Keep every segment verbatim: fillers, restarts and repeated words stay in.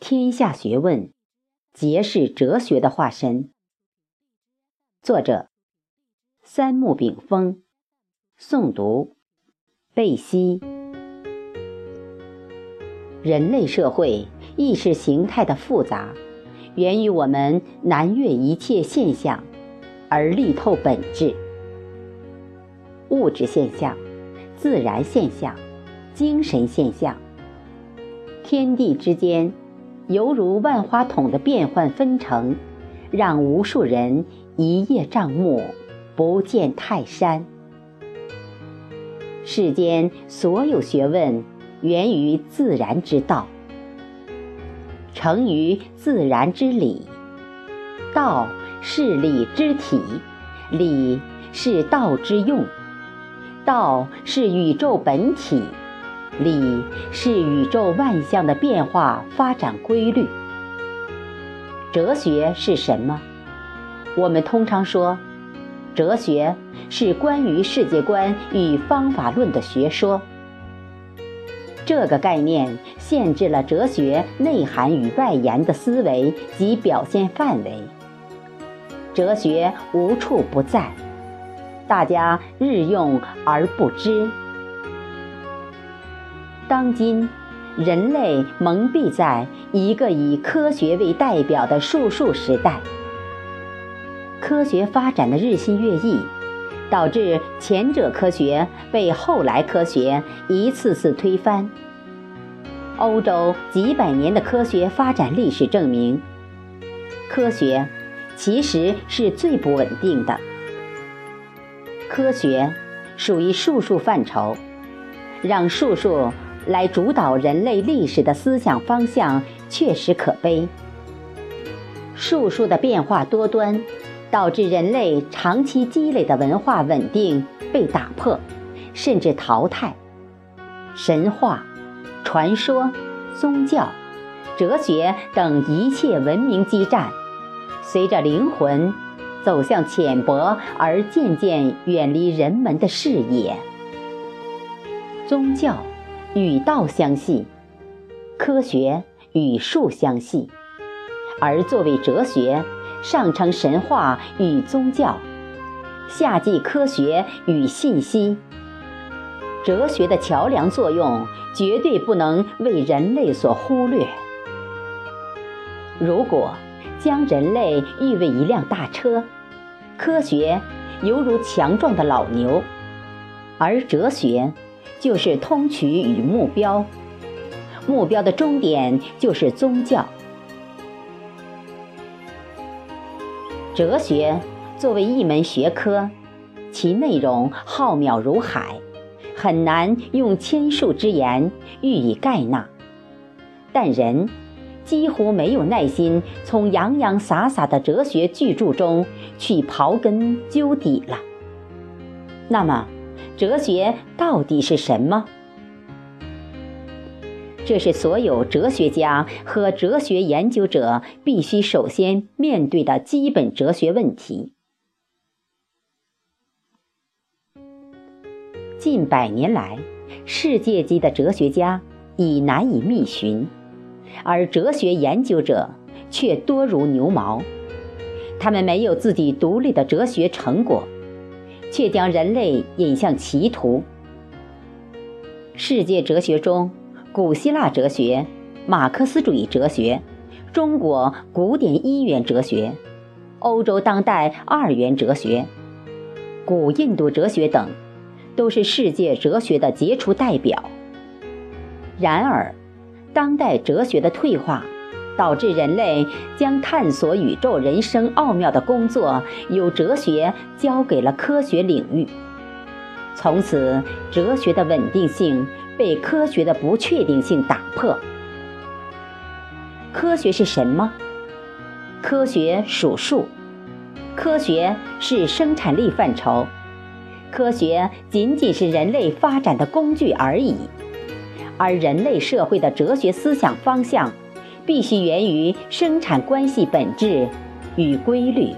天下学问，皆是哲学的化身。作者：三木炳峰，诵读：贝西。人类社会意识形态的复杂，源于我们难越一切现象，而力透本质。物质现象、自然现象、精神现象，天地之间犹如万花筒的变幻纷呈，让无数人一叶障目，不见泰山。世间所有学问源于自然之道，成于自然之理。道是理之体，理是道之用。道是宇宙本体，理是宇宙万象的变化发展规律。哲学是什么？我们通常说，哲学是关于世界观与方法论的学说。这个概念限制了哲学内涵与外延的思维及表现范围。哲学无处不在，大家日用而不知。当今人类蒙蔽在一个以科学为代表的术数时代，科学发展的日新月异，导致前者科学被后来科学一次次推翻。欧洲几百年的科学发展历史证明，科学其实是最不稳定的。科学属于术数范畴，让术数来主导人类历史的思想方向确实可悲。术数的变化多端，导致人类长期积累的文化稳定被打破，甚至淘汰。神话、传说、宗教、哲学等一切文明基站，随着灵魂走向浅薄而渐渐远离人们的视野。宗教与道相系，科学与术相系，而作为哲学，上承神话与宗教，下继科学与信息。哲学的桥梁作用绝对不能为人类所忽略。如果将人类誉为一辆大车，科学犹如强壮的老牛，而哲学就是通衢与目标，目标的终点就是宗教。哲学作为一门学科，其内容浩渺如海，很难用千数之言予以概纳，但人几乎没有耐心从洋洋洒洒的哲学巨著中去刨根究底了。那么哲学到底是什么？这是所有哲学家和哲学研究者必须首先面对的基本哲学问题。近百年来，世界级的哲学家已难以觅寻，而哲学研究者却多如牛毛。他们没有自己独立的哲学成果，却将人类引向歧途。世界哲学中，古希腊哲学、马克思主义哲学、中国古典一元哲学、欧洲当代二元哲学、古印度哲学等，都是世界哲学的杰出代表。然而，当代哲学的退化，导致人类将探索宇宙人生奥妙的工作由哲学交给了科学领域。从此，哲学的稳定性被科学的不确定性打破。科学是什么？科学属术，科学是生产力范畴，科学仅仅是人类发展的工具而已。而人类社会的哲学思想方向必须源于生产关系本质与规律。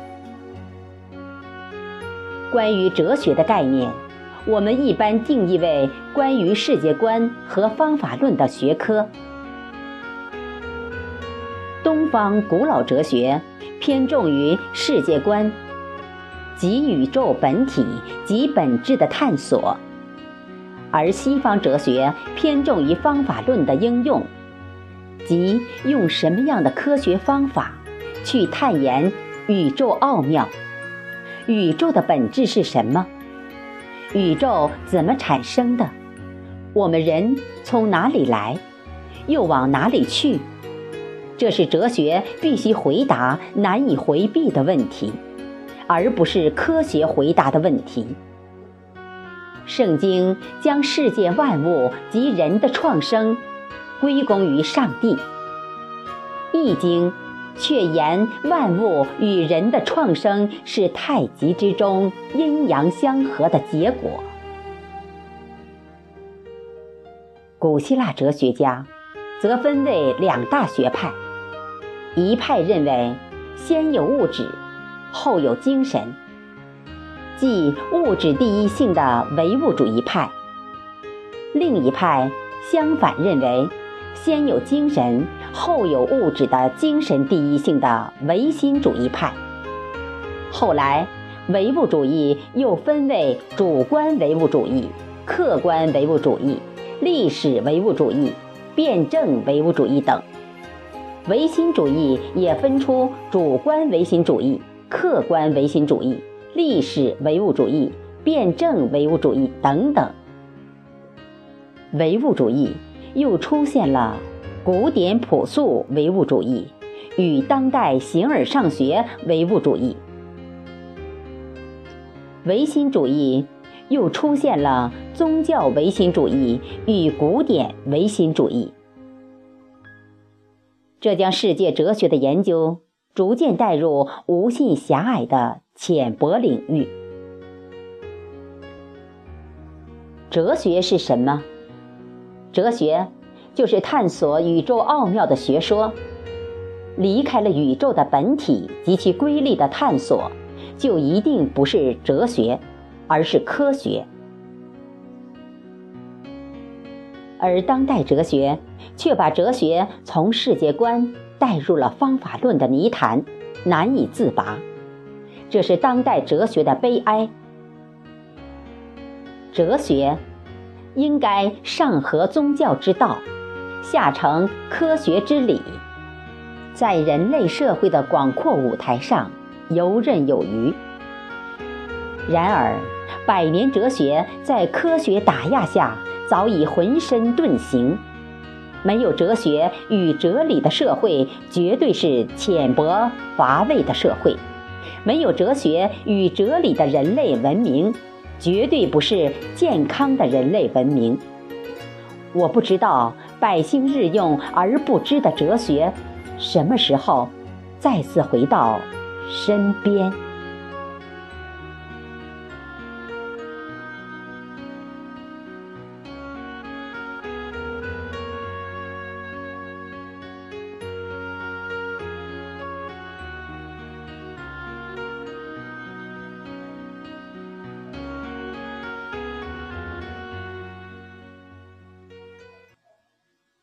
关于哲学的概念，我们一般定义为关于世界观和方法论的学科。 东方古老哲学偏重于世界观及宇宙本体及本质的探索，而西方哲学偏重于方法论的应用，即用什么样的科学方法去探研宇宙奥妙。宇宙的本质是什么？宇宙怎么产生的？我们人从哪里来，又往哪里去？这是哲学必须回答、难以回避的问题，而不是科学回答的问题。圣经将世界万物及人的创生归功于上帝，易经却言万物与人的创生是太极之中阴阳相合的结果。古希腊哲学家则分为两大学派，一派认为先有物质，后有精神，即物质第一性的唯物主义派；另一派相反认为先有精神，后有物质的精神第一性的唯心主义派。后来唯物主义又分为主观唯物主义、客观唯物主义、历史唯物主义、辩证唯物主义等。唯心主义也分出主观唯心主义、客观唯心主义、历史唯物主义、辩证唯物主义等等。唯物主义又出现了古典朴素唯物主义与当代形而上学唯物主义。唯心主义又出现了宗教唯心主义与古典唯心主义。这将世界哲学的研究逐渐带入无限狭隘的浅薄领域。哲学是什么？哲学就是探索宇宙奥妙的学说。离开了宇宙的本体及其规律的探索，就一定不是哲学，而是科学。而当代哲学却把哲学从世界观带入了方法论的泥潭，难以自拔。这是当代哲学的悲哀。哲学应该上合宗教之道，下承科学之理，在人类社会的广阔舞台上游刃有余。然而百年哲学在科学打压下早已浑身遁形。没有哲学与哲理的社会绝对是浅薄乏味的社会，没有哲学与哲理的人类文明绝对不是健康的人类文明。我不知道百姓日用而不知的哲学什么时候再次回到身边。